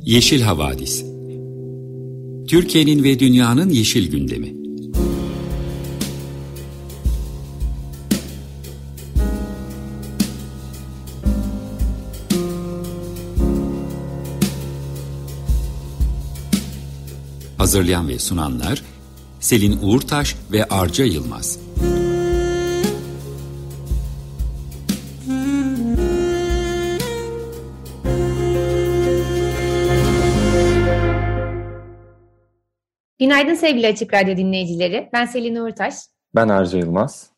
Yeşil Havadis. Türkiye'nin ve dünyanın yeşil gündemi. Hazırlayan ve sunanlar Selin Uğurtaş ve Arca Yılmaz. Günaydın sevgili Açık Radyo dinleyicileri. Ben Selin Uğurtaş. Ben Arca Yılmaz.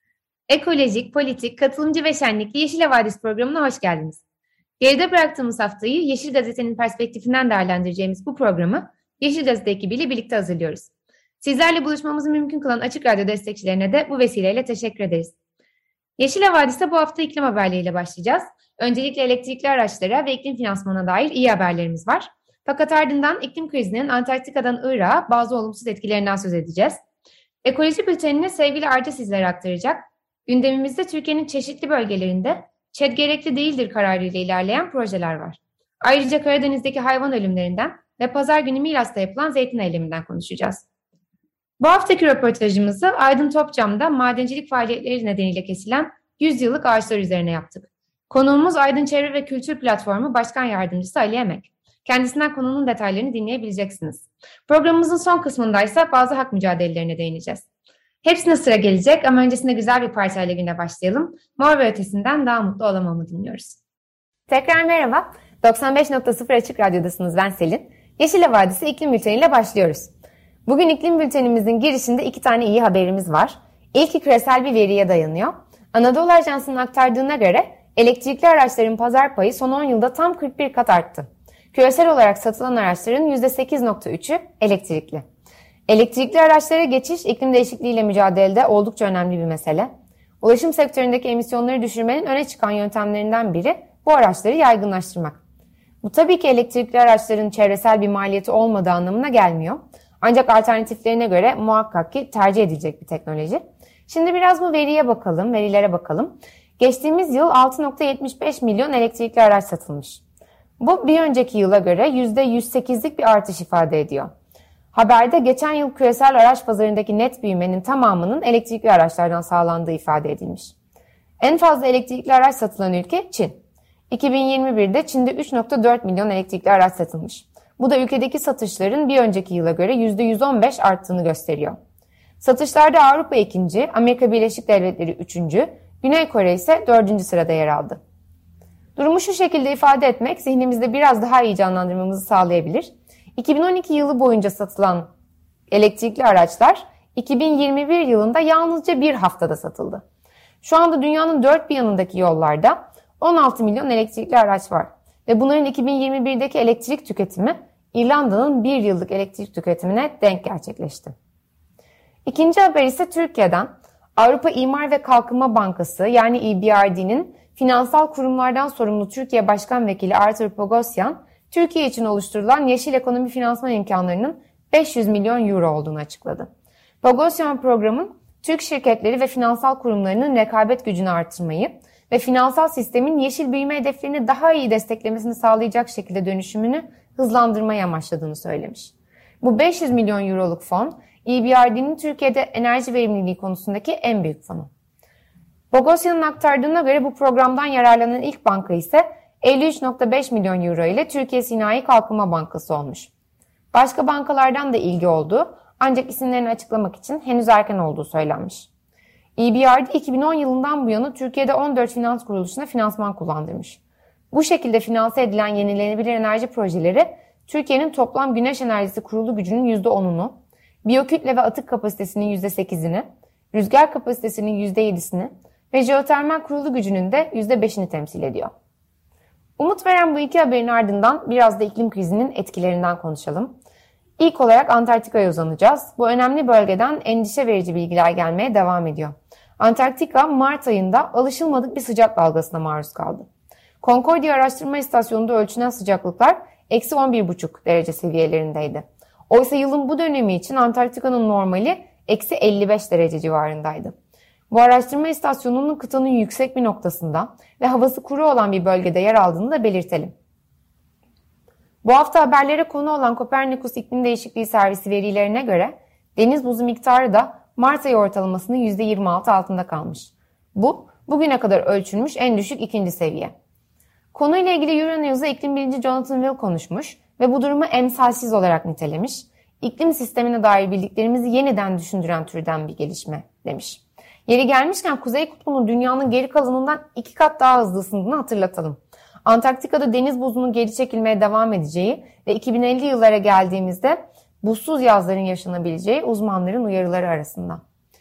Ekolojik, politik, katılımcı ve şenlikli Yeşil Havadis programına hoş geldiniz. Geride bıraktığımız haftayı Yeşil Gazete'nin perspektifinden değerlendireceğimiz bu programı Yeşil Gazete ekibiyle birlikte hazırlıyoruz. Sizlerle buluşmamızı mümkün kılan Açık Radyo destekçilerine de bu vesileyle teşekkür ederiz. Yeşil Havadis'te bu hafta iklim haberleriyle başlayacağız. Öncelikle elektrikli araçlara ve iklim finansmanına dair iyi haberlerimiz var. Fakat ardından iklim krizinin Antarktika'dan Irak'a bazı olumsuz etkilerinden söz edeceğiz. Ekoloji bültenini sevgili Arca sizlere aktaracak. Gündemimizde Türkiye'nin çeşitli bölgelerinde ÇED gerekli değildir kararıyla ilerleyen projeler var. Ayrıca Karadeniz'deki hayvan ölümlerinden ve pazar günü Milas'ta yapılan zeytin eyleminden konuşacağız. Bu haftaki röportajımızı Aydın Topçam'da madencilik faaliyetleri nedeniyle kesilen 100 yıllık ağaçlar üzerine yaptık. Konuğumuz Aydın Çevre ve Kültür Platformu Başkan Yardımcısı Ali Emek. Kendisinden konunun detaylarını dinleyebileceksiniz. Programımızın son kısmında ise bazı hak mücadelelerine değineceğiz. Hepsine sıra gelecek ama öncesinde güzel bir parçayla güne başlayalım. Mor ve Ötesi'nden Daha Mutlu Olamam'ı dinliyoruz. Tekrar merhaba. 95.0 Açık Radyo'dasınız, ben Selin. Yeşil Havadis'i iklim bülteniyle başlıyoruz. Bugün iklim bültenimizin girişinde 2 tane iyi haberimiz var. İlki küresel bir veriye dayanıyor. Anadolu Ajansı'nın aktardığına göre elektrikli araçların pazar payı son 10 yılda tam 41 kat arttı. Küresel olarak satılan araçların %8.3'ü elektrikli. Elektrikli araçlara geçiş iklim değişikliğiyle mücadelede oldukça önemli bir mesele. Ulaşım sektöründeki emisyonları düşürmenin öne çıkan yöntemlerinden biri bu araçları yaygınlaştırmak. Bu tabii ki elektrikli araçların çevresel bir maliyeti olmadığı anlamına gelmiyor. Ancak alternatiflerine göre muhakkak ki tercih edilecek bir teknoloji. Şimdi biraz bu verilere bakalım. Geçtiğimiz yıl 6.75 milyon elektrikli araç satılmış. Bu bir önceki yıla göre %108'lik bir artış ifade ediyor. Haberde geçen yıl küresel araç pazarındaki net büyümenin tamamının elektrikli araçlardan sağlandığı ifade edilmiş. En fazla elektrikli araç satılan ülke Çin. 2021'de Çin'de 3.4 milyon elektrikli araç satılmış. Bu da ülkedeki satışların bir önceki yıla göre %115 arttığını gösteriyor. Satışlarda Avrupa 2. Amerika Birleşik Devletleri 3. Güney Kore ise 4. sırada yer aldı. Durumu şu şekilde ifade etmek zihnimizde biraz daha iyi canlandırmamızı sağlayabilir. 2012 yılı boyunca satılan elektrikli araçlar 2021 yılında yalnızca bir haftada satıldı. Şu anda dünyanın dört bir yanındaki yollarda 16 milyon elektrikli araç var. Ve bunların 2021'deki elektrik tüketimi İrlanda'nın bir yıllık elektrik tüketimine denk gerçekleşti. İkinci haber ise Türkiye'den. Avrupa İmar ve Kalkınma Bankası yani EBRD'nin finansal kurumlardan sorumlu Türkiye Başkan Vekili Arthur Pogosyan, Türkiye için oluşturulan yeşil ekonomi finansman imkanlarının 500 milyon euro olduğunu açıkladı. Pogosyan programın Türk şirketleri ve finansal kurumlarının rekabet gücünü artırmayı ve finansal sistemin yeşil büyüme hedeflerini daha iyi desteklemesini sağlayacak şekilde dönüşümünü hızlandırmayı amaçladığını söylemiş. Bu 500 milyon euroluk fon, EBRD'nin Türkiye'de enerji verimliliği konusundaki en büyük fonu. Bogosyan'ın aktardığına göre bu programdan yararlanan ilk banka ise 53.5 milyon euro ile Türkiye Sinayi Kalkınma Bankası olmuş. Başka bankalardan da ilgi oldu ancak isimlerini açıklamak için henüz erken olduğu söylenmiş. EBRD 2010 yılından bu yana Türkiye'de 14 finans kuruluşuna finansman kullandırmış. Bu şekilde finanse edilen yenilenebilir enerji projeleri Türkiye'nin toplam güneş enerjisi kurulu gücünün %10'unu, biyokütle ve atık kapasitesinin %8'ini, rüzgar kapasitesinin %7'sini ve jeotermal kurulu gücünün de %5'ini temsil ediyor. Umut veren bu iki haberin ardından biraz da iklim krizinin etkilerinden konuşalım. İlk olarak Antarktika'ya uzanacağız. Bu önemli bölgeden endişe verici bilgiler gelmeye devam ediyor. Antarktika Mart ayında alışılmadık bir sıcak dalgasına maruz kaldı. Concordia Araştırma İstasyonu'nda ölçülen sıcaklıklar eksi 11,5 derece seviyelerindeydi. Oysa yılın bu dönemi için Antarktika'nın normali eksi 55 derece civarındaydı. Bu araştırma istasyonunun kıtanın yüksek bir noktasında ve havası kuru olan bir bölgede yer aldığını da belirtelim. Bu hafta haberlere konu olan Kopernikus İklim Değişikliği Servisi verilerine göre deniz buzu miktarı da Mart ayı ortalamasının %26 altında kalmış. Bu, bugüne kadar ölçülmüş en düşük ikinci seviye. Konuyla ilgili Euronews'a iklim bilimci Jonathan Will konuşmuş ve bu durumu emsalsiz olarak nitelemiş. İklim sistemine dair bildiklerimizi yeniden düşündüren türden bir gelişme demiş. Yeri gelmişken Kuzey Kutbu'nun dünyanın geri kalanından 2 kat daha hızlı ısındığını hatırlatalım. Antarktika'da deniz buzunun geri çekilmeye devam edeceği ve 2050 yıllara geldiğimizde buzsuz yazların yaşanabileceği uzmanların uyarıları arasında.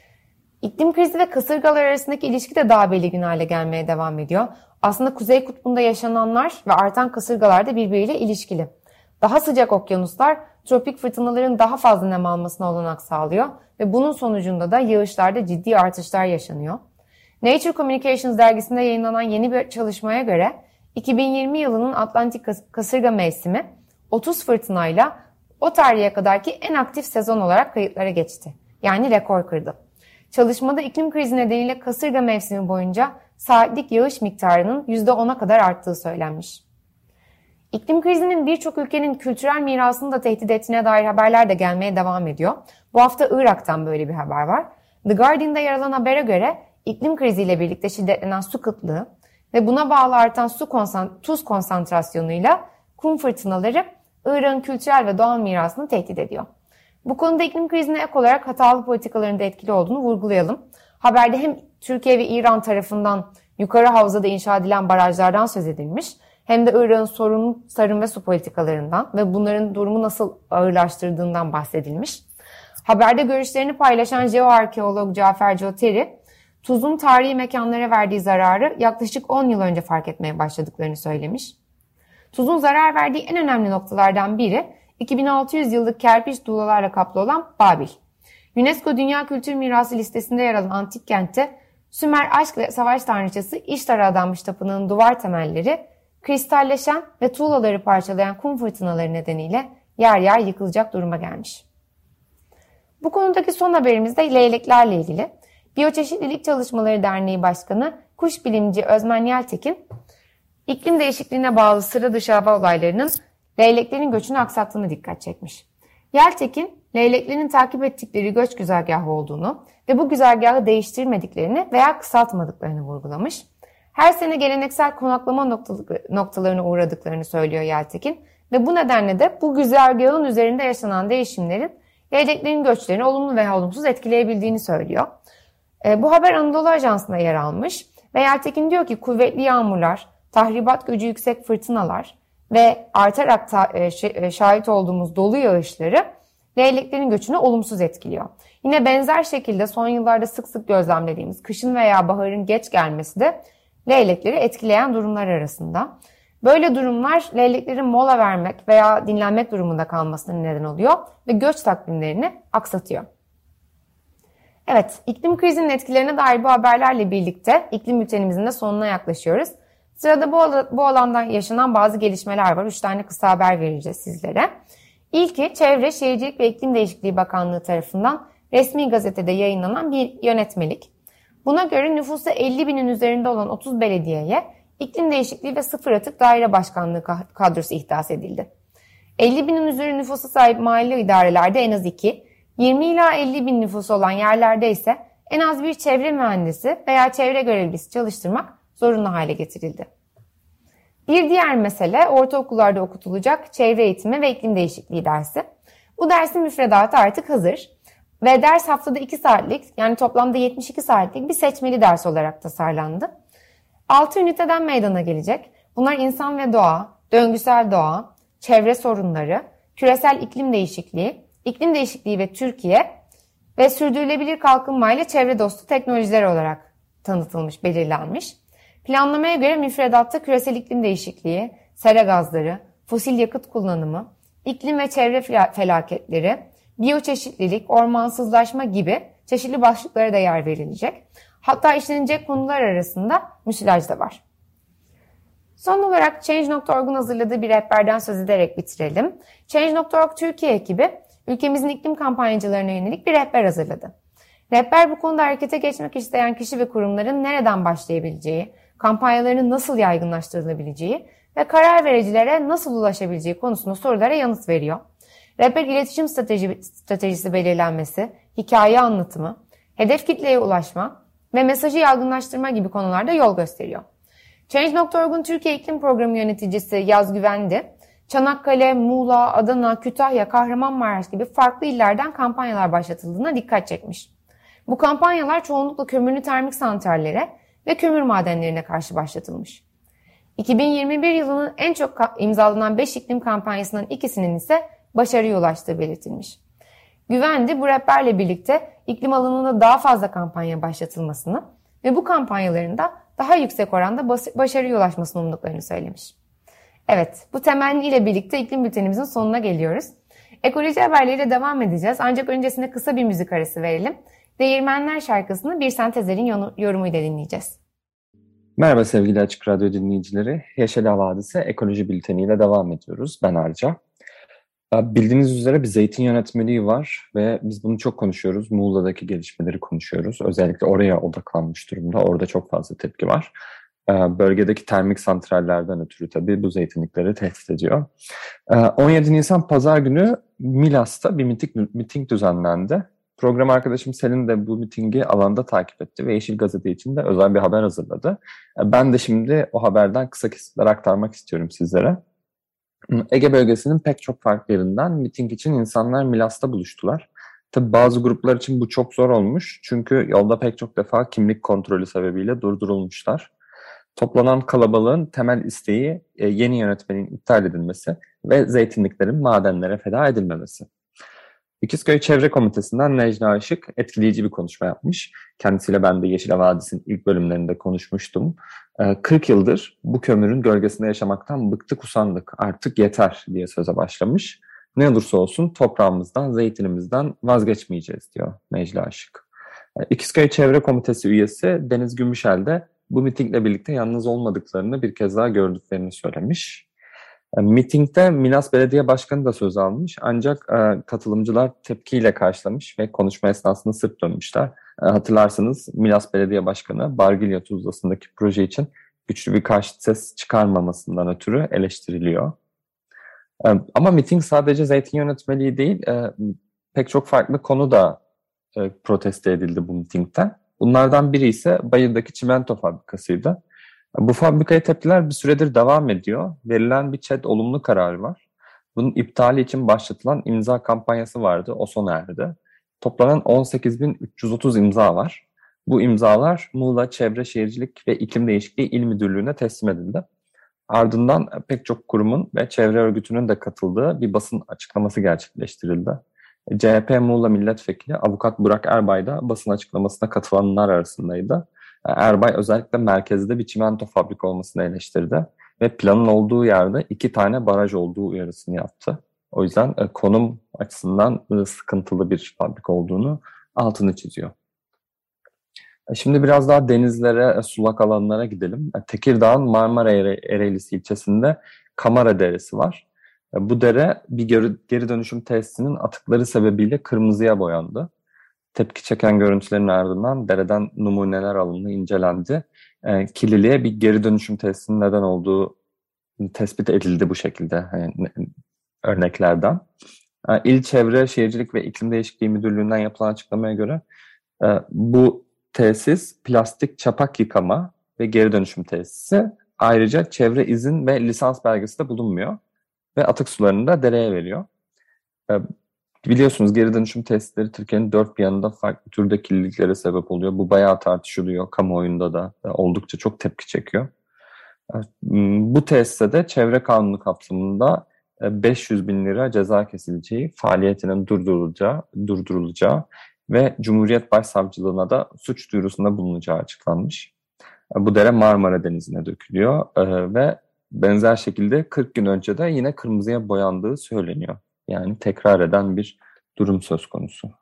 İklim krizi ve kasırgalar arasındaki ilişki de daha belirgin hale gelmeye devam ediyor. Aslında Kuzey Kutbu'nda yaşananlar ve artan kasırgalar da birbiriyle ilişkili. Daha sıcak okyanuslar tropik fırtınaların daha fazla nem almasına olanak sağlıyor ve bunun sonucunda da yağışlarda ciddi artışlar yaşanıyor. Nature Communications dergisinde yayınlanan yeni bir çalışmaya göre 2020 yılının Atlantik kasırga mevsimi 30 fırtınayla o tarihe kadarki en aktif sezon olarak kayıtlara geçti. Yani rekor kırdı. Çalışmada iklim krizi nedeniyle kasırga mevsimi boyunca saatlik yağış miktarının %10'a kadar arttığı söylenmiş. İklim krizinin birçok ülkenin kültürel mirasını da tehdit ettiğine dair haberler de gelmeye devam ediyor. Bu hafta Irak'tan böyle bir haber var. The Guardian'da yer alan habere göre iklim kriziyle birlikte şiddetlenen su kıtlığı ve buna bağlı artan tuz konsantrasyonuyla kum fırtınaları Irak'ın kültürel ve doğal mirasını tehdit ediyor. Bu konuda iklim krizine ek olarak hatalı politikaların da etkili olduğunu vurgulayalım. Haberde hem Türkiye ve İran tarafından yukarı havzada inşa edilen barajlardan söz edilmiş, hem de Irak'ın sorunlu tarım ve su politikalarından ve bunların durumu nasıl ağırlaştırdığından bahsedilmiş. Haberde görüşlerini paylaşan jeoarkeolog Cafer Coteri, tuzun tarihi mekanlara verdiği zararı yaklaşık 10 yıl önce fark etmeye başladıklarını söylemiş. Tuzun zarar verdiği en önemli noktalardan biri 2600 yıllık kerpiç tuğlalarla kaplı olan Babil. UNESCO Dünya Kültür Mirası listesinde yer alan antik kentte Sümer aşk ve savaş tanrıçası İştar'a adanmış tapınağın duvar temelleri kristalleşen ve tuğlaları parçalayan kum fırtınaları nedeniyle yer yer yıkılacak duruma gelmiş. Bu konudaki son haberimiz de leyleklerle ilgili. Biyoçeşitlilik Çalışmaları Derneği Başkanı kuş bilimci Özmen Yeltekin, iklim değişikliğine bağlı sıra dışı hava olaylarının leyleklerin göçünü aksattığını dikkat çekmiş. Yeltekin, leyleklerin takip ettikleri göç güzergahı olduğunu ve bu güzergahı değiştirmediklerini veya kısaltmadıklarını vurgulamış. Her sene geleneksel konaklama noktalarına uğradıklarını söylüyor Yeltekin ve bu nedenle de bu güzergahın üzerinde yaşanan değişimlerin leyleklerin göçlerini olumlu veya olumsuz etkileyebildiğini söylüyor. Bu haber Anadolu Ajansı'na yer almış ve Yeltekin diyor ki kuvvetli yağmurlar, tahribat gücü yüksek fırtınalar ve artarak şahit olduğumuz dolu yağışları leyleklerin göçünü olumsuz etkiliyor. Yine benzer şekilde son yıllarda sık sık gözlemlediğimiz kışın veya baharın geç gelmesi de leylekleri etkileyen durumlar arasında. Böyle durumlar leyleklerin mola vermek veya dinlenmek durumunda kalmasına neden oluyor ve göç takvimlerini aksatıyor. Evet, iklim krizinin etkilerine dair bu haberlerle birlikte iklim bültenimizin de sonuna yaklaşıyoruz. Sırada bu alandan yaşanan bazı gelişmeler var. 3 tane kısa haber vereceğiz sizlere. İlki Çevre, Şehircilik ve İklim Değişikliği Bakanlığı tarafından resmi gazetede yayınlanan bir yönetmelik. Buna göre nüfusu 50 binin üzerinde olan 30 belediyeye iklim değişikliği ve sıfır atık daire başkanlığı kadrosu ihdas edildi. 50 binin üzeri nüfusu sahip mahalle idarelerde en az 2, 20 ila 50 bin nüfusu olan yerlerde ise en az bir çevre mühendisi veya çevre görevlisi çalıştırmak zorunlu hale getirildi. Bir diğer mesele ortaokullarda okutulacak çevre eğitimi ve iklim değişikliği dersi. Bu dersin müfredatı artık hazır ve ders haftada 2 saatlik yani toplamda 72 saatlik bir seçmeli ders olarak tasarlandı. 6 üniteden meydana gelecek. Bunlar insan ve doğa, döngüsel doğa, çevre sorunları, küresel iklim değişikliği ve Türkiye ve sürdürülebilir kalkınma ile çevre dostu teknolojiler olarak tanıtılmış, belirlenmiş. Planlamaya göre müfredatta küresel iklim değişikliği, sera gazları, fosil yakıt kullanımı, iklim ve çevre felaketleri, biyoçeşitlilik, ormansızlaşma gibi çeşitli başlıklara da yer verilecek. Hatta işlenecek konular arasında müsilaj da var. Son olarak Change.org'un hazırladığı bir rehberden söz ederek bitirelim. Change.org Türkiye ekibi ülkemizin iklim kampanyacılarına yönelik bir rehber hazırladı. Rehber bu konuda harekete geçmek isteyen kişi ve kurumların nereden başlayabileceği, kampanyalarının nasıl yaygınlaştırılabileceği ve karar vericilere nasıl ulaşabileceği konusunda sorulara yanıt veriyor. Rehber iletişim stratejisi belirlenmesi, hikaye anlatımı, hedef kitleye ulaşma ve mesajı yaygınlaştırma gibi konularda yol gösteriyor. Change.org'un Türkiye İklim Programı yöneticisi Yaz Güvendi, Çanakkale, Muğla, Adana, Kütahya, Kahramanmaraş gibi farklı illerden kampanyalar başlatıldığına dikkat çekmiş. Bu kampanyalar çoğunlukla kömürlü termik santrallere ve kömür madenlerine karşı başlatılmış. 2021 yılının en çok imzalanan 5 iklim kampanyasının ikisinin ise başarıya ulaştığı belirtilmiş. Güvendi bu rehberle birlikte iklim alanında daha fazla kampanya başlatılmasını ve bu kampanyaların da daha yüksek oranda başarıya ulaşmasını umduklarını söylemiş. Evet, bu temenniyle birlikte iklim bültenimizin sonuna geliyoruz. Ekoloji haberleriyle devam edeceğiz ancak öncesinde kısa bir müzik arası verelim. Değirmenler şarkısını Birsen Tezer'in yorumuyla dinleyeceğiz. Merhaba sevgili Açık Radyo dinleyicileri. Yeşil Havadis'e ekoloji bülteniyle devam ediyoruz. Ben Arca. Bildiğiniz üzere bir zeytin yönetmeliği var ve biz bunu çok konuşuyoruz. Muğla'daki gelişmeleri konuşuyoruz. Özellikle oraya odaklanmış durumda. Orada çok fazla tepki var. Bölgedeki termik santrallerden ötürü tabii bu zeytinlikleri tehdit ediyor. 17 Nisan Pazar günü Milas'ta bir miting düzenlendi. Program arkadaşım Selin de bu mitingi alanda takip etti ve Yeşil Gazete için de özel bir haber hazırladı. Ben de şimdi o haberden kısa kesitler aktarmak istiyorum sizlere. Ege bölgesinin pek çok farklı yerinden miting için insanlar Milas'ta buluştular. Tabii bazı gruplar için bu çok zor olmuş çünkü yolda pek çok defa kimlik kontrolü sebebiyle durdurulmuşlar. Toplanan kalabalığın temel isteği yeni yönetmenin iptal edilmesi ve zeytinliklerin madenlere feda edilmemesi. İkizköy Çevre Komitesi'nden Necla Işık etkileyici bir konuşma yapmış. Kendisiyle ben de Yeşil Havadis'in ilk bölümlerinde konuşmuştum. 40 yıldır bu kömürün gölgesinde yaşamaktan bıktık usandık, artık yeter diye söze başlamış. Ne olursa olsun toprağımızdan, zeytinimizden vazgeçmeyeceğiz diyor Necla Işık. İkizköy Çevre Komitesi üyesi Deniz Gümüşel de bu mitingle birlikte yalnız olmadıklarını bir kez daha gördüklerini söylemiş. Mitingde Milas Belediye Başkanı da söz almış ancak katılımcılar tepkiyle karşılamış ve konuşma esnasında sırt dönmüşler. Hatırlarsanız Milas Belediye Başkanı Bargilya Tuzlası'ndaki proje için güçlü bir karşıt ses çıkarmamasından ötürü eleştiriliyor. Ama miting sadece zeytin yönetmeliği değil, pek çok farklı konu da protesto edildi bu mitingde. Bunlardan biri ise Bayır'daki çimento fabrikasıydı. Bu fabrikaya tepkiler bir süredir devam ediyor. Verilen bir ÇED olumlu kararı var. Bunun iptali için başlatılan imza kampanyası vardı. O sona erdi. Toplanan 18.330 imza var. Bu imzalar Muğla Çevre Şehircilik ve İklim Değişikliği İl Müdürlüğü'ne teslim edildi. Ardından pek çok kurumun ve çevre örgütünün de katıldığı bir basın açıklaması gerçekleştirildi. CHP Muğla Milletvekili Avukat Burak Erbay da basın açıklamasına katılanlar arasındaydı. Erbay özellikle merkezde bir çimento fabrika olmasını eleştirdi ve planın olduğu yerde 2 tane baraj olduğu uyarısını yaptı. O yüzden konum açısından sıkıntılı bir fabrika olduğunu altını çiziyor. Şimdi biraz daha denizlere, sulak alanlara gidelim. Tekirdağ'ın Marmara Ereğlisi ilçesinde Kamara Deresi var. Bu dere bir geri dönüşüm tesisinin atıkları sebebiyle kırmızıya boyandı. Tepki çeken görüntülerin ardından dereden numuneler alındı, incelendi. Kirliliğe bir geri dönüşüm tesisinin neden olduğu tespit edildi bu şekilde örneklerden. İl Çevre, Şehircilik ve İklim Değişikliği Müdürlüğü'nden yapılan açıklamaya göre bu tesis plastik çapak yıkama ve geri dönüşüm tesisi. Ayrıca çevre izin ve lisans belgesi de bulunmuyor ve atık sularını da dereye veriyor. Biliyorsunuz geri dönüşüm tesisleri Türkiye'nin dört bir yanında farklı türde kirliliklere sebep oluyor. Bu bayağı tartışılıyor. Kamuoyunda da oldukça çok tepki çekiyor. Bu tesise de çevre kanunu kapsamında 500 bin lira ceza kesileceği, faaliyetinin durdurulacağı ve Cumhuriyet Başsavcılığına da suç duyurusunda bulunacağı açıklanmış. Bu dere Marmara Denizi'ne dökülüyor ve benzer şekilde 40 gün önce de yine kırmızıya boyandığı söyleniyor. Yani tekrar eden bir durum söz konusu.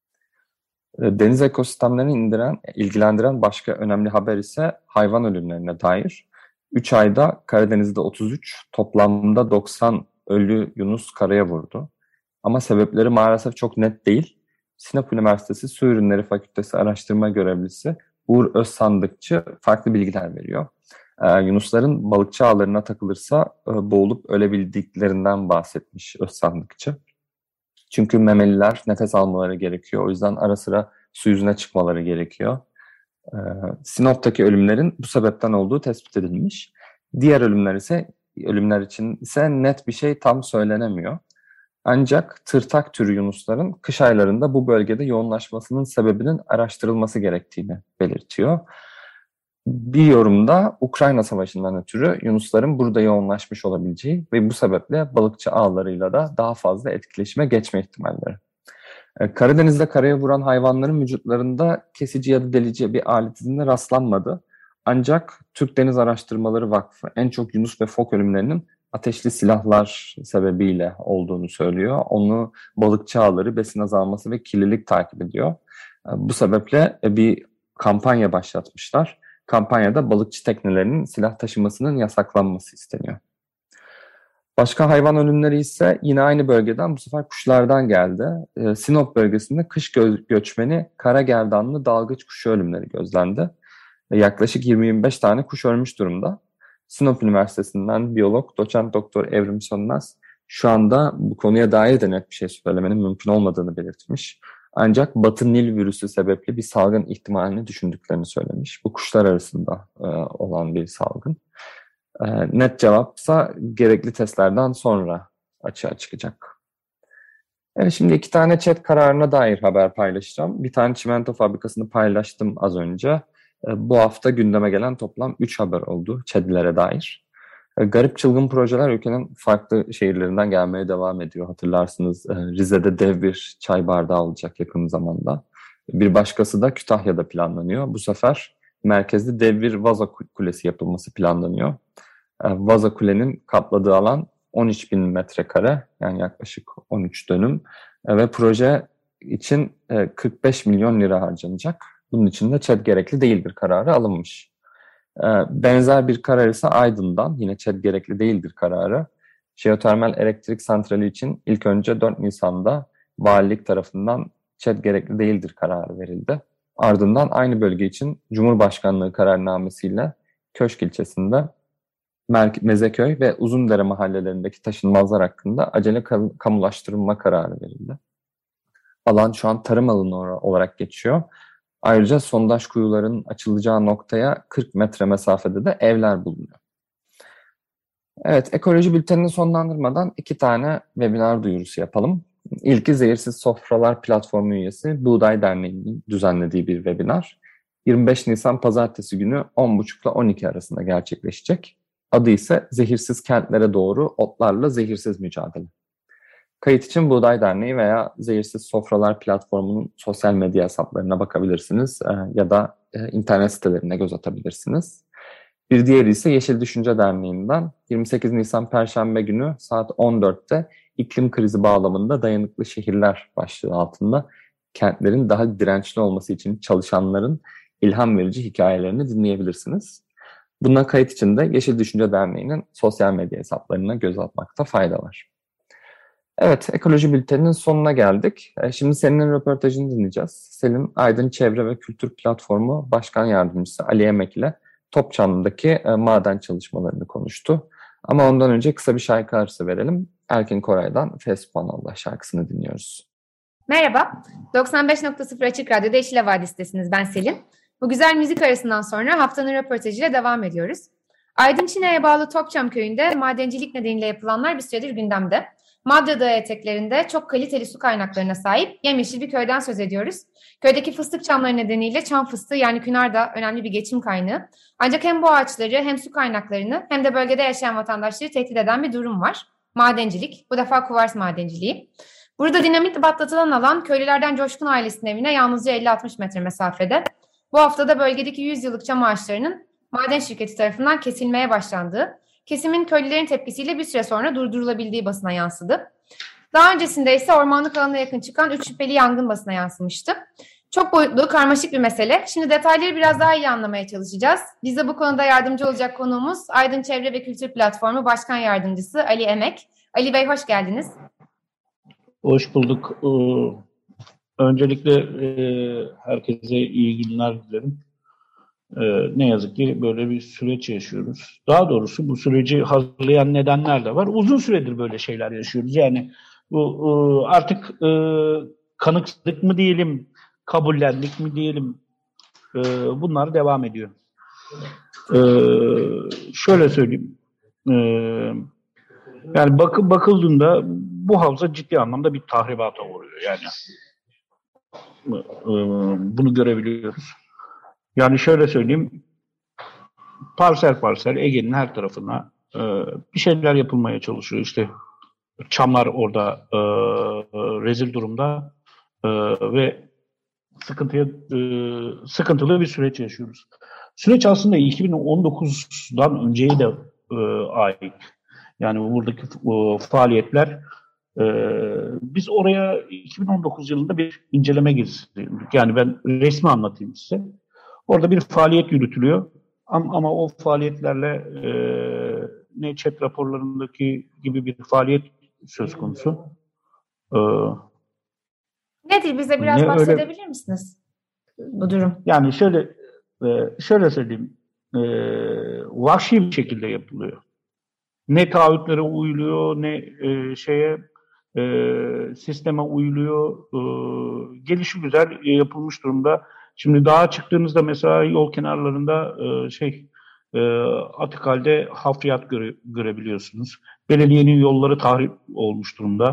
Deniz ekosistemlerini ilgilendiren başka önemli haber ise hayvan ölümlerine dair. 3 ayda Karadeniz'de 33, toplamda 90 ölü yunus karaya vurdu. Ama sebepleri maalesef çok net değil. Sinop Üniversitesi Su Ürünleri Fakültesi araştırma görevlisi Uğur Özsandıkçı farklı bilgiler veriyor. Yunusların balıkçı ağlarına takılırsa boğulup ölebildiklerinden bahsetmiş Özsandıkçı. Çünkü memeliler nefes almaları gerekiyor. O yüzden ara sıra su yüzüne çıkmaları gerekiyor. Sinop'taki ölümlerin bu sebepten olduğu tespit edilmiş. Diğer ölümler için ise net bir şey tam söylenemiyor. Ancak tırtak türü yunusların kış aylarında bu bölgede yoğunlaşmasının sebebinin araştırılması gerektiğini belirtiyor. Bir yorumda Ukrayna Savaşı'ndan ötürü yunusların burada yoğunlaşmış olabileceği ve bu sebeple balıkçı ağlarıyla da daha fazla etkileşime geçme ihtimalleri. Karadeniz'de karaya vuran hayvanların vücutlarında kesici ya da delici bir alet izine rastlanmadı. Ancak Türk Deniz Araştırmaları Vakfı en çok yunus ve fok ölümlerinin ateşli silahlar sebebiyle olduğunu söylüyor. Onu balıkçı ağları, besin azalması ve kirlilik takip ediyor. Bu sebeple bir kampanya başlatmışlar. Kampanyada balıkçı teknelerinin silah taşımasının yasaklanması isteniyor. Başka hayvan ölümleri ise yine aynı bölgeden, bu sefer kuşlardan geldi. Sinop bölgesinde kış göçmeni kara gerdanlı dalgıç kuşu ölümleri gözlendi. Yaklaşık 20-25 tane kuş ölmüş durumda. Sinop Üniversitesi'nden biyolog doçent doktor Evrim Sönmez şu anda bu konuya dair de net bir şey söylemenin mümkün olmadığını belirtmiş. Ancak Batı Nil virüsü sebeple bir salgın ihtimalini düşündüklerini söylemiş. Bu kuşlar arasında olan bir salgın. Net cevapsa gerekli testlerden sonra açığa çıkacak. Evet, şimdi 2 tane ÇED kararına dair haber paylaşacağım. Bir tane çimento fabrikasını paylaştım az önce. Bu hafta gündeme gelen toplam 3 haber oldu ÇED'lere dair. Garip çılgın projeler ülkenin farklı şehirlerinden gelmeye devam ediyor. Hatırlarsınız Rize'de dev bir çay bardağı olacak yakın zamanda. Bir başkası da Kütahya'da planlanıyor. Bu sefer merkezde dev bir vazo kulesi yapılması planlanıyor. Vazo kulenin kapladığı alan 13.000 metrekare, yani yaklaşık 13 dönüm ve proje için 45 milyon lira harcanacak. Bunun için de ÇED gerekli değildir kararı alınmış. Benzer bir karar ise Aydın'dan, yine ÇED gerekli değildir kararı. Jeotermal elektrik santrali için ilk önce 4 Nisan'da valilik tarafından ÇED gerekli değildir kararı verildi. Ardından aynı bölge için Cumhurbaşkanlığı kararnamesiyle Köşk ilçesinde Mezeköy ve Uzundere mahallelerindeki taşınmazlar hakkında acele kamulaştırılma kararı verildi. Alan şu an tarım alanı olarak geçiyor. Ayrıca sondaj kuyuların açılacağı noktaya 40 metre mesafede de evler bulunuyor. Evet, ekoloji bültenini sonlandırmadan 2 tane webinar duyurusu yapalım. İlki Zehirsiz Sofralar Platformu üyesi Buğday Derneği'nin düzenlediği bir webinar. 25 Nisan Pazartesi günü 10.30 ile 12 arasında gerçekleşecek. Adı ise Zehirsiz Kentlere Doğru Otlarla Zehirsiz Mücadele. Kayıt için Buğday Derneği veya Zehirsiz Sofralar Platformu'nun sosyal medya hesaplarına bakabilirsiniz ya da internet sitelerine göz atabilirsiniz. Bir diğeri ise Yeşil Düşünce Derneği'nden 28 Nisan Perşembe günü saat 14'te iklim krizi bağlamında dayanıklı şehirler başlığı altında kentlerin daha dirençli olması için çalışanların ilham verici hikayelerini dinleyebilirsiniz. Buna kayıt için de Yeşil Düşünce Derneği'nin sosyal medya hesaplarına göz atmakta fayda var. Evet, Ekoloji Bülteni'nin sonuna geldik. Şimdi Selin'in röportajını dinleyeceğiz. Selin, Aydın Çevre ve Kültür Platformu Başkan Yardımcısı Ali Emek ile Topçamlı'daki maden çalışmalarını konuştu. Ama ondan önce kısa bir şarkı arası verelim. Erkin Koray'dan Fesubhanallah şarkısını dinliyoruz. Merhaba, 95.0 Açık Radyo'da Yeşil Havadis'tesiniz. Ben Selin. Bu güzel müzik arasından sonra haftanın röportajıyla devam ediyoruz. Aydın Çine'ye bağlı Topçam köyünde madencilik nedeniyle yapılanlar bir süredir gündemde. Madra Dağı eteklerinde çok kaliteli su kaynaklarına sahip yemyeşil bir köyden söz ediyoruz. Köydeki fıstık çamları nedeniyle çam fıstığı yani künar da önemli bir geçim kaynağı. Ancak hem bu ağaçları hem su kaynaklarını hem de bölgede yaşayan vatandaşları tehdit eden bir durum var. Madencilik, bu defa kuvars madenciliği. Burada dinamitle patlatılan alan köylülerden Coşkun ailesinin evine yalnızca 50-60 metre mesafede. Bu haftada bölgedeki 100 yıllık çam ağaçlarının maden şirketi tarafından kesilmeye başlandığı, kesimin köylülerin tepkisiyle bir süre sonra durdurulabildiği basına yansıdı. Daha öncesinde ise ormanlık alana yakın çıkan 3 şüpheli yangın basına yansımıştı. Çok boyutlu, karmaşık bir mesele. Şimdi detayları biraz daha iyi anlamaya çalışacağız. Bize bu konuda yardımcı olacak konuğumuz Aydın Çevre ve Kültür Platformu Başkan Yardımcısı Ali Emek. Ali Bey hoş geldiniz. Hoş bulduk. Öncelikle herkese iyi günler dilerim. Ne yazık ki böyle bir süreç yaşıyoruz. Daha doğrusu bu süreci hazırlayan nedenler de var. Uzun süredir böyle şeyler yaşıyoruz. Yani bu artık kanıksadık mı diyelim, kabullendik mi diyelim, bunlar devam ediyor. Şöyle söyleyeyim. Yani bakıldığında bu havza ciddi anlamda bir tahribata uğruyor. Yani bunu görebiliyoruz. Yani şöyle söyleyeyim, parsel parsel Ege'nin her tarafına bir şeyler yapılmaya çalışıyor. İşte çamlar orada rezil durumda ve sıkıntılı bir süreç yaşıyoruz. Süreç aslında 2019'dan önceye de ait. Yani buradaki faaliyetler, biz oraya 2019 yılında bir inceleme giriştik. Yani ben resmi anlatayım size. Orada bir faaliyet yürütülüyor. Ama o faaliyetlerle ne chat raporlarındaki gibi bir faaliyet söz konusu. Nedir? Bize biraz bahsedebilir misiniz bu durum? Yani şöyle söyleyeyim. Vahşi bir şekilde yapılıyor. Ne taahhütlere uyuluyor, ne sisteme uyuluyor. Gelişigüzel yapılmış durumda. Şimdi dağa çıktığınızda mesela yol kenarlarında atık halde hafriyat görebiliyorsunuz. Belediyenin yolları tahrip olmuş durumda.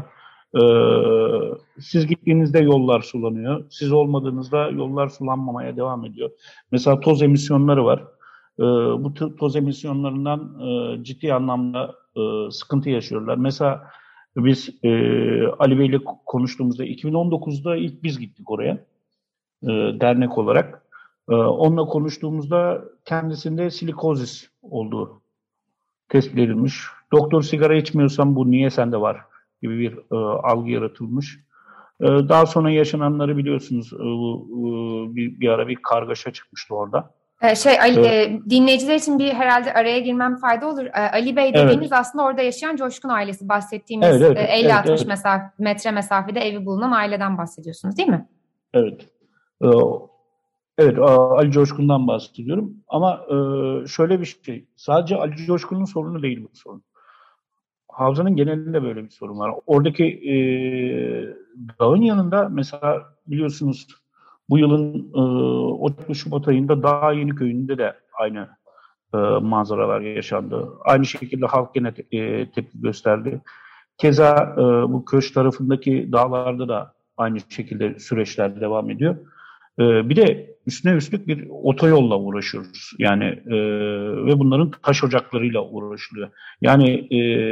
Siz gittiğinizde yollar sulanıyor. Siz olmadığınızda yollar sulanmamaya devam ediyor. Mesela toz emisyonları var. Bu toz emisyonlarından ciddi anlamda sıkıntı yaşıyorlar. Mesela biz Ali Bey ile konuştuğumuzda 2019'da ilk biz gittik oraya dernek olarak. Onunla konuştuğumuzda kendisinde silikozis olduğu tespit edilmiş. Doktor sigara içmiyorsan bu niye sende var gibi bir algı yaratılmış. Daha sonra yaşananları biliyorsunuz. Bir ara bir kargaşa çıkmıştı orada. Dinleyiciler için bir herhalde araya girmem fayda olur. Ali Bey dediğimiz aslında orada yaşayan Coşkun ailesi, bahsettiğimiz 50-60 metre mesafede evi bulunan aileden bahsediyorsunuz değil mi? Evet. Evet, Ali Coşkun'dan bahsediyorum. Ama şöyle bir şey, sadece Ali Coşkun'un sorunu değil bu sorun. Havzanın genelinde böyle bir sorun var. Oradaki dağın yanında mesela biliyorsunuz bu yılın Ocak-Şubat ayında Dağ Yeniköy'ünde de aynı manzaralar yaşandı. Aynı şekilde halk gene tepki gösterdi. Keza bu Köş tarafındaki dağlarda da aynı şekilde süreçler devam ediyor. Bir de üstüne üstlük bir otoyolla uğraşıyoruz. Yani ve bunların taş ocaklarıyla uğraşılıyor. Yani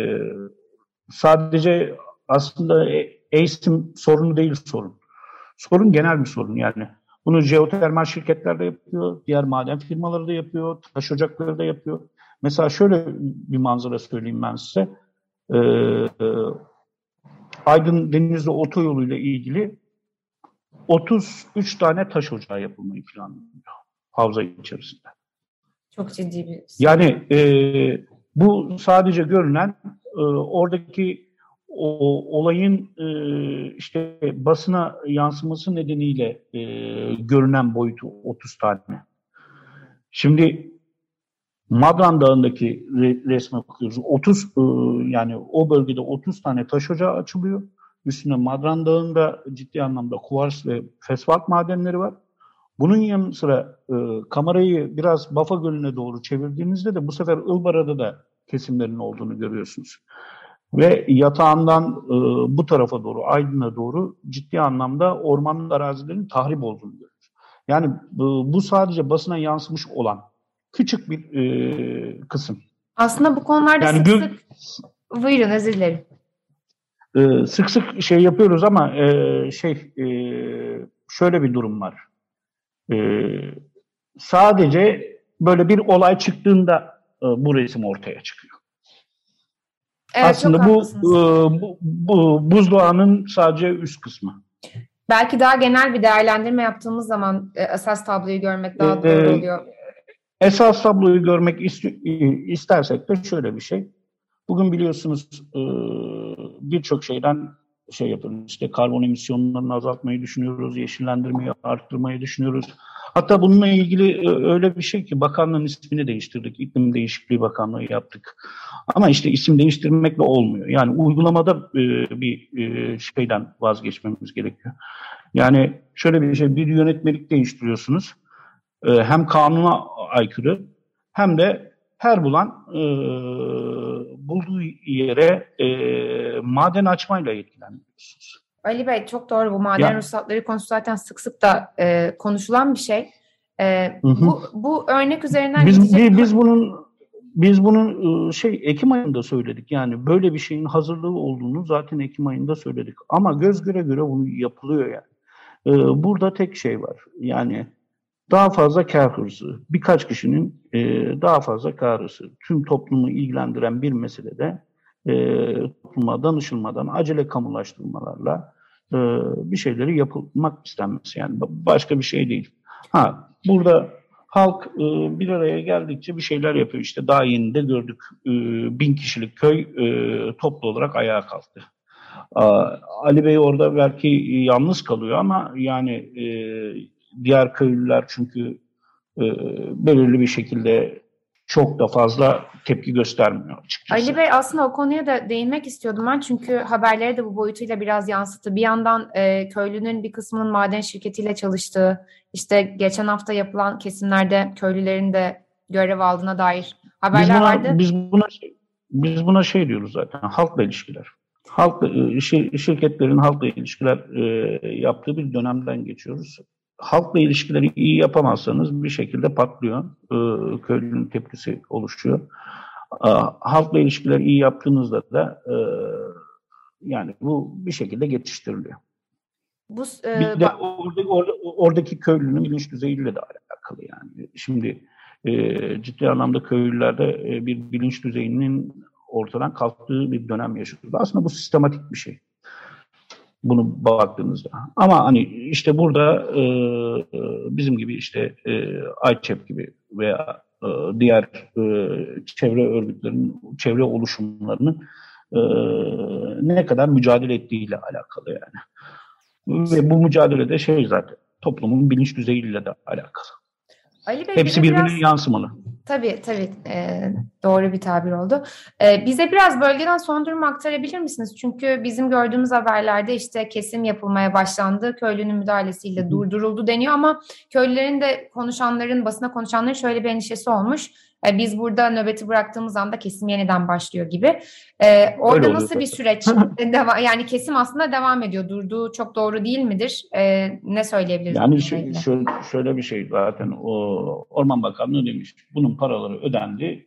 sadece aslında eğitim sorunu değil sorun. Sorun genel bir sorun yani. Bunu jeotermal şirketler de yapıyor, diğer maden firmaları da yapıyor, taş ocakları da yapıyor. Mesela şöyle bir manzara söyleyeyim ben size. Aydın Denizli otoyoluyla ilgili 33 tane taş ocağı yapılmayı planlanıyor havza içerisinde. Çok ciddi bir... Yani bu sadece görünen oradaki olayın işte basına yansıması nedeniyle görünen boyutu 30 tane. Şimdi Madran Dağı'ndaki resme bakıyoruz. 30 yani o bölgede 30 tane taş ocağı açılıyor. Üstüne Madran Dağı'nda ciddi anlamda kuvars ve fosfat madenleri var. Bunun yanı sıra kamerayı biraz Bafa Gölü'ne doğru çevirdiğinizde de bu sefer Ilbara'da da kesimlerin olduğunu görüyorsunuz. Ve yatağından bu tarafa doğru, Aydın'a doğru ciddi anlamda ormanlık arazilerin tahrip olduğunu görüyoruz. Yani bu sadece basına yansımış olan küçük bir kısım. Aslında bu konularda yani sık sık... Buyurun, özür dilerim. Sık sık şey yapıyoruz ama şöyle bir durum var. Sadece böyle bir olay çıktığında bu resim ortaya çıkıyor. Evet, aslında bu buzdağının sadece üst kısmı. Belki daha genel bir değerlendirme yaptığımız zaman esas tabloyu görmek daha doğru oluyor. Esas tabloyu görmek istersek de şöyle bir şey. Bugün biliyorsunuz birçok şeyden yapıyoruz. İşte karbon emisyonlarını azaltmayı düşünüyoruz, yeşillendirmeyi arttırmayı düşünüyoruz. Hatta bununla ilgili öyle bir şey ki bakanlığın ismini değiştirdik. İklim Değişikliği Bakanlığı yaptık. Ama işte isim değiştirmekle olmuyor. Yani uygulamada bir şeyden vazgeçmemiz gerekiyor. Yani şöyle bir şey, bir yönetmelik değiştiriyorsunuz. Hem kanuna aykırı hem de her bulan bulduğu yere maden açmayla yetkilendiriyorsunuz. Ali Bey çok doğru, bu maden ruhsatları konusu zaten sık sık da konuşulan bir şey. Bu örnek üzerinden biz bunun Ekim ayında söyledik. Yani böyle bir şeyin hazırlığı olduğunu zaten Ekim ayında söyledik. Ama göz göre göre bunu yapılıyor yani. Burada tek şey var. Yani daha fazla kâr hırsı. Birkaç kişinin daha fazla kâr hırsı. Tüm toplumu ilgilendiren bir meselede topluma danışılmadan acele kamulaştırmalarla bir şeyleri yapılmak istenmesi. Yani başka bir şey değil. Burada halk bir araya geldikçe bir şeyler yapıyor. İşte daha yeni de gördük. 1000 kişilik köy toplu olarak ayağa kalktı. Ali Bey orada belki yalnız kalıyor ama yani diğer köylüler çünkü belirli bir şekilde çok da fazla tepki göstermiyor açıkçası. Ali Bey, aslında o konuya da değinmek istiyordum ben, çünkü haberlere de bu boyutuyla biraz yansıttı. Bir yandan köylünün bir kısmının maden şirketiyle çalıştığı, işte geçen hafta yapılan kesimlerde köylülerin de görev aldığına dair haberler vardı. Biz buna şey diyoruz zaten, halkla ilişkiler. Şirketlerin halkla ilişkiler yaptığı bir dönemden geçiyoruz. Halkla ilişkileri iyi yapamazsanız bir şekilde patlıyor. Köylünün tepkisi oluşuyor. Halkla ilişkiler iyi yaptığınızda da yani bu bir şekilde geçiştiriliyor. Bir de oradaki köylünün bilinç düzeyiyle de alakalı yani. Şimdi ciddi anlamda köylülerde bir bilinç düzeyinin ortadan kalktığı bir dönem yaşıyoruz. Aslında bu sistematik bir şey. Bunu baktığınızda. Ama hani işte burada bizim gibi işte AYÇEP gibi veya diğer çevre örgütlerinin, çevre oluşumlarının ne kadar mücadele ettiğiyle alakalı yani. Ve bu mücadelede zaten toplumun bilinç düzeyiyle de alakalı. Ali Bey, hepsi birbirine yansımalı. Tabii. Doğru bir tabir oldu. Bize biraz bölgeden son durumu aktarabilir misiniz? Çünkü bizim gördüğümüz haberlerde işte kesim yapılmaya başlandı, köylünün müdahalesiyle durduruldu deniyor ama köylülerin de basına konuşanların şöyle bir endişesi olmuş. Biz burada nöbeti bıraktığımız anda kesim yeniden başlıyor gibi. Orada nasıl bir süreç? Yani kesim aslında devam ediyor. Durduğu çok doğru değil midir? Ne söyleyebiliriz? Yani şöyle bir şey, zaten Orman Bakanlığı demiş. Bunun paraları ödendi.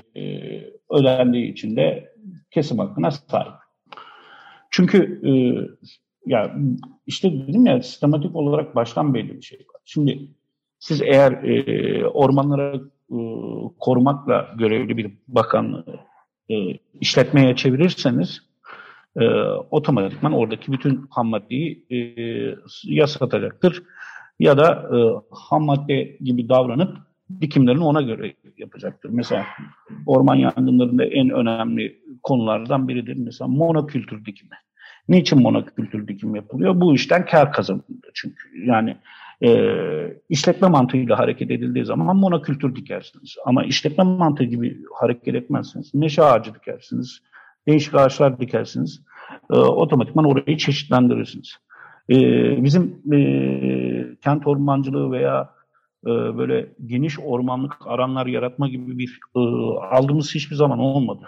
Ödendiği için de kesim hakkına sahip. Çünkü ya işte dedim ya, sistematik olarak baştan belli bir şey var. Şimdi siz eğer ormanlara korumakla görevli bir bakanlığı işletmeye çevirirseniz otomatikman oradaki bütün ham maddeyi ya satacaktır ya da ham madde gibi davranıp dikimlerini ona göre yapacaktır. Mesela orman yangınlarında en önemli konulardan biridir mesela monokültür dikimi. Niçin monokültür dikim yapılıyor? Bu işten kar kazanılıyor çünkü. Yani işletme mantığıyla hareket edildiği zaman monokültür dikersiniz. Ama işletme mantığı gibi hareket etmezsiniz. Meşe ağacı dikersiniz, değişik ağaçlar dikersiniz. Otomatikman orayı çeşitlendirirsiniz. Bizim kent ormancılığı veya böyle geniş ormanlık alanlar yaratma gibi bir aldığımız hiçbir zaman olmadı.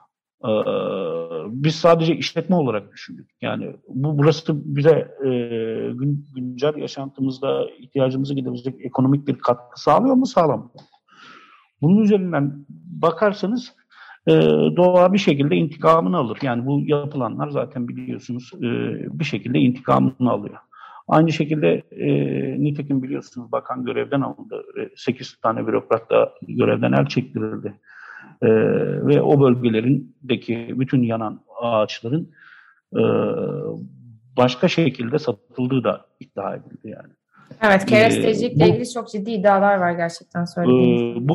Biz sadece işletme olarak düşündük. Yani burası bize güncel yaşantımızda ihtiyacımızı giderecek ekonomik bir katkı sağlıyor mu? Sağlamıyor. Bunun üzerinden bakarsanız doğa bir şekilde intikamını alır. Yani bu yapılanlar zaten biliyorsunuz bir şekilde intikamını alıyor. Aynı şekilde nitekim biliyorsunuz bakan görevden alındı. 8 tane bürokrat da görevden el çektirildi. Ve o bölgelerindeki bütün yanan ağaçların başka şekilde satıldığı da iddia edildi yani. Evet, kerestecilikle ilgili çok ciddi iddialar var gerçekten söylediğiniz.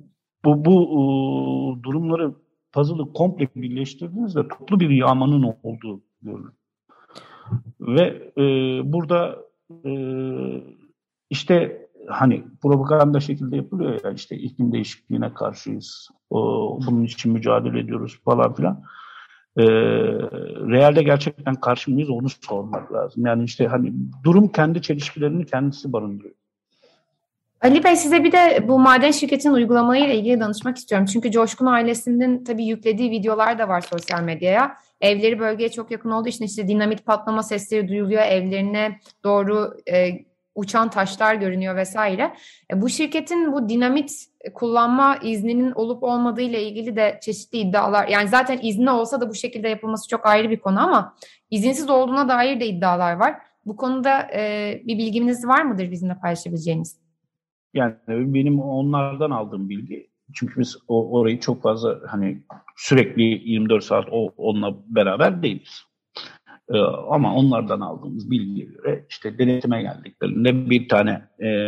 Bu durumları, puzzle'ı komple birleştirdiğinizde toplu bir yağmanın olduğu görülür. Ve burada işte hani propaganda şekilde yapılıyor ya, işte iklim değişikliğine karşıyız, bunun için mücadele ediyoruz falan filan. Realde gerçekten karşı mıyız onu sormak lazım. Yani işte hani durum kendi çelişkilerini kendisi barındırıyor. Ali Bey, size bir de bu maden şirketinin uygulamalarıyla ilgili danışmak istiyorum. Çünkü Coşkun ailesinin tabii yüklediği videolar da var sosyal medyaya. Evleri bölgeye çok yakın olduğu için işte dinamit patlama sesleri duyuluyor. Evlerine doğru uçan taşlar görünüyor vesaire. Bu şirketin bu dinamit kullanma izninin olup olmadığı ile ilgili de çeşitli iddialar. Yani zaten izni olsa da bu şekilde yapılması çok ayrı bir konu ama izinsiz olduğuna dair de iddialar var. Bu konuda bir bilginiz var mıdır bizimle paylaşabileceğiniz? Yani benim onlardan aldığım bilgi, çünkü biz orayı çok fazla hani sürekli 24 saat onunla beraber değiliz. Ama onlardan aldığımız bilgiye göre işte denetime geldiklerinde bir tane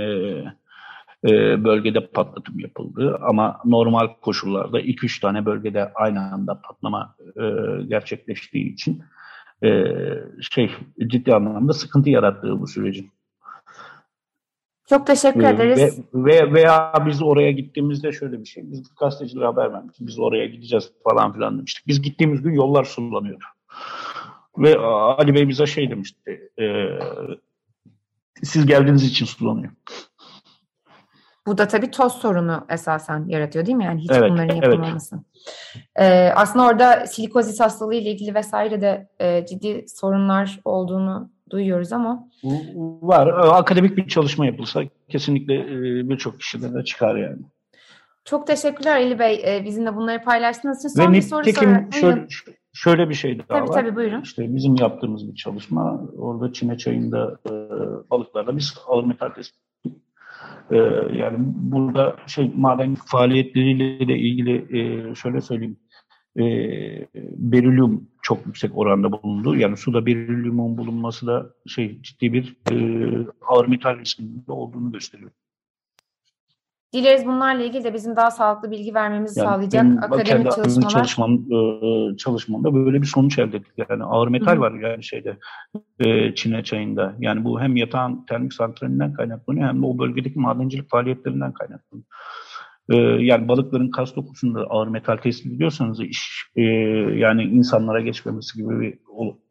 bölgede patlatım yapıldı. Ama normal koşullarda 2-3 tane bölgede aynı anda patlama gerçekleştiği için ciddi anlamda sıkıntı yarattığı bu sürecin. Çok teşekkür ederiz. Veya biz oraya gittiğimizde şöyle bir şey, biz gazetecilere haber vermiştik, biz oraya gideceğiz falan filan demiştik. Biz gittiğimiz gün yollar sulanıyordu. Ve Ali Bey bize şey demişti, siz geldiğiniz için sulanıyor. Bu da tabii toz sorunu esasen yaratıyor değil mi? Yani hiç evet, bunların yapılmaması. Evet. Aslında orada silikozis hastalığı ile ilgili vesaire de ciddi sorunlar olduğunu duyuyoruz ama. Var. Akademik bir çalışma yapılsa kesinlikle birçok kişiden de çıkar yani. Çok teşekkürler Ali Bey. Bizimle bunları paylaştığınız için. Son ve bir soru sorarak. Şöyle bir şey daha var. Tabii buyurun. İşte bizim yaptığımız bir çalışma. Orada Çine Çayı'nda balıklarla biz ağır metal tespit. Yani burada maden faaliyetleriyle de ilgili şöyle söyleyeyim. Berilyum çok yüksek oranda bulundu. Yani suda berilyumun bulunması da ciddi bir ağır metal riskinin olduğunu gösteriyor. Dileriz bunlarla ilgili de bizim daha sağlıklı bilgi vermemizi sağlayacak akademik çalışmamda böyle bir sonuç elde ettik. Yani ağır metal var yani Çine Çayı'nda. Yani bu hem yatağın termik santralinden kaynaklanıyor hem de o bölgedeki madencilik faaliyetlerinden kaynaklanıyor. Yani balıkların kas dokusunda ağır metal tespit ediyorsanız yani insanlara geçmemesi gibi bir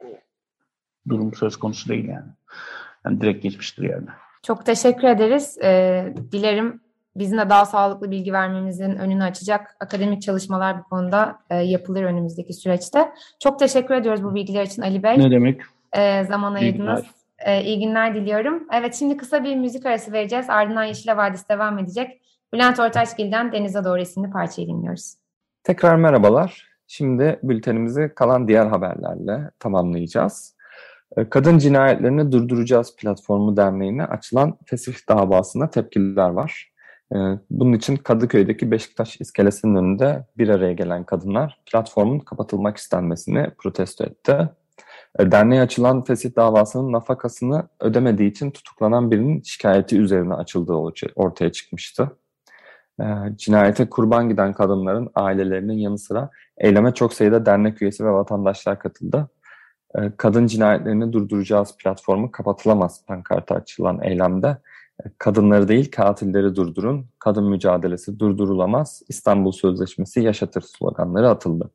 durum söz konusu değil yani. Yani direkt geçmiştir yani. Çok teşekkür ederiz. Dilerim bizim de daha sağlıklı bilgi vermemizin önünü açacak akademik çalışmalar bu konuda yapılır önümüzdeki süreçte. Çok teşekkür ediyoruz bu bilgiler için Ali Bey. Ne demek? Zaman ayırdınız. İyi günler diliyorum. Evet, şimdi kısa bir müzik arası vereceğiz. Ardından Yeşil Havadis devam edecek. Bülent Ortaçgil'den Denize Doğru isimli parçayı dinliyoruz. Tekrar merhabalar. Şimdi bültenimizi kalan diğer haberlerle tamamlayacağız. Kadın Cinayetlerini Durduracağız Platformu Derneği'ne açılan fesih davasına tepkiler var. Bunun için Kadıköy'deki Beşiktaş iskelesinin önünde bir araya gelen kadınlar platformun kapatılmak istenmesini protesto etti. Derneğe açılan fesih davasının nafakasını ödemediği için tutuklanan birinin şikayeti üzerine açıldığı ortaya çıkmıştı. Cinayete kurban giden kadınların ailelerinin yanı sıra eyleme çok sayıda dernek üyesi ve vatandaşlar katıldı. Kadın Cinayetlerini Durduracağız Platformu kapatılamaz pankartı açılan eylemde kadınları değil katilleri durdurun, kadın mücadelesi durdurulamaz, İstanbul Sözleşmesi yaşatır sloganları atıldı.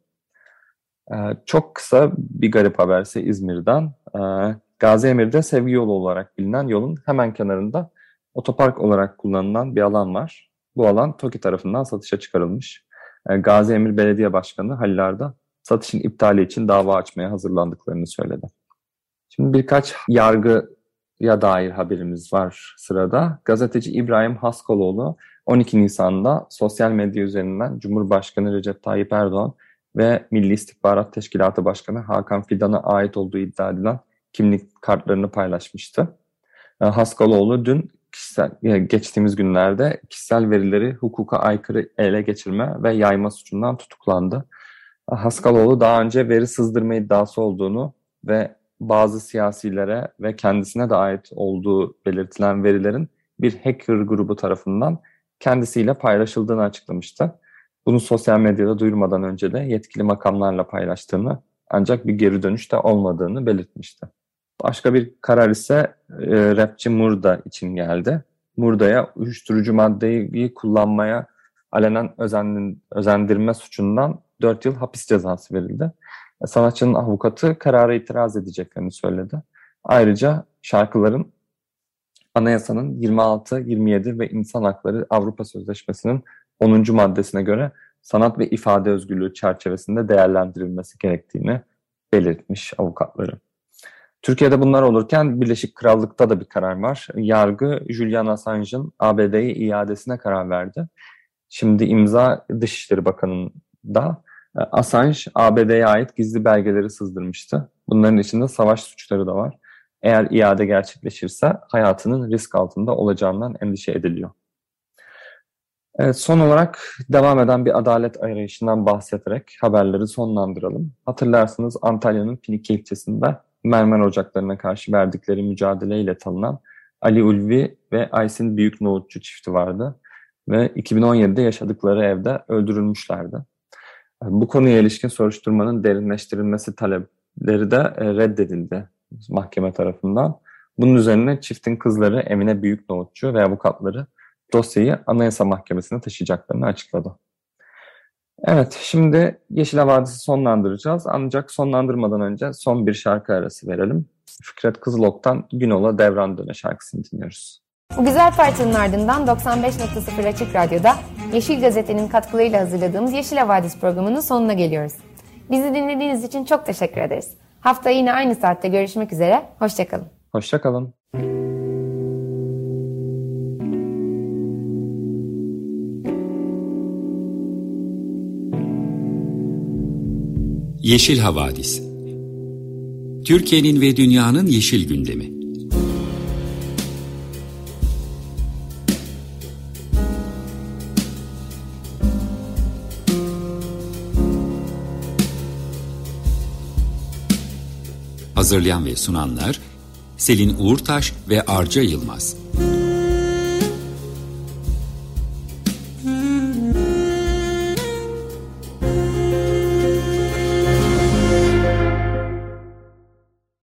Çok kısa bir garip haberse İzmir'den. Gaziemir'de Sevgi Yolu olarak bilinen yolun hemen kenarında otopark olarak kullanılan bir alan var. Bu alan TOKİ tarafından satışa çıkarılmış. Gaziemir Belediye Başkanı Halil Arda satışın iptali için dava açmaya hazırlandıklarını söyledi. Şimdi birkaç yargıya dair haberimiz var sırada. Gazeteci İbrahim Haskaloğlu 12 Nisan'da sosyal medya üzerinden Cumhurbaşkanı Recep Tayyip Erdoğan ve Milli İstihbarat Teşkilatı Başkanı Hakan Fidan'a ait olduğu iddia edilen kimlik kartlarını paylaşmıştı. Haskaloğlu dün geçtiğimiz günlerde kişisel verileri hukuka aykırı ele geçirme ve yayma suçundan tutuklandı. Haskaloğlu daha önce veri sızdırma iddiası olduğunu ve bazı siyasilere ve kendisine de ait olduğu belirtilen verilerin bir hacker grubu tarafından kendisiyle paylaşıldığını açıklamıştı. Bunu sosyal medyada duyurmadan önce de yetkili makamlarla paylaştığını ancak bir geri dönüş de olmadığını belirtmişti. Başka bir karar ise rapçi Murda için geldi. Murda'ya uyuşturucu maddeyi kullanmaya alenen özendirme suçundan 4 yıl hapis cezası verildi. Sanatçının avukatı karara itiraz edeceklerini söyledi. Ayrıca şarkıların anayasanın 26, 27 ve İnsan Hakları Avrupa Sözleşmesi'nin 10. maddesine göre sanat ve ifade özgürlüğü çerçevesinde değerlendirilmesi gerektiğini belirtmiş avukatları. Türkiye'de bunlar olurken Birleşik Krallık'ta da bir karar var. Yargı Julian Assange'ın ABD'ye iadesine karar verdi. Şimdi imza Dışişleri Bakanı'nda. Assange ABD'ye ait gizli belgeleri sızdırmıştı. Bunların içinde savaş suçları da var. Eğer iade gerçekleşirse hayatının risk altında olacağından endişe ediliyor. Evet, son olarak devam eden bir adalet arayışından bahsederek haberleri sonlandıralım. Hatırlarsınız Antalya'nın Finike ilçesinde mermer ocaklarına karşı verdikleri mücadeleyle tanınan Ali Ulvi ve Aysin Büyüknoğutçu çifti vardı. Ve 2017'de yaşadıkları evde öldürülmüşlerdi. Bu konuya ilişkin soruşturmanın derinleştirilmesi talepleri de reddedildi mahkeme tarafından. Bunun üzerine çiftin kızları Emine Büyüknoğutçu ve avukatları dosyayı Anayasa Mahkemesi'ne taşıyacaklarını açıkladı. Evet, şimdi Yeşil Havadis'i sonlandıracağız. Ancak sonlandırmadan önce son bir şarkı arası verelim. Fikret Kızılok'tan Günola Devran Döne şarkısını dinliyoruz. Bu güzel parçanın ardından 95.0 Açık Radyo'da Yeşil Gazete'nin katkılarıyla hazırladığımız Yeşil Havadis programının sonuna geliyoruz. Bizi dinlediğiniz için çok teşekkür ederiz. Haftaya yine aynı saatte görüşmek üzere. Hoşçakalın. Hoşçakalın. Yeşil Havadis. Türkiye'nin ve dünyanın yeşil gündemi. Hazırlayan ve sunanlar Selin Uğurtaş ve Arca Yılmaz.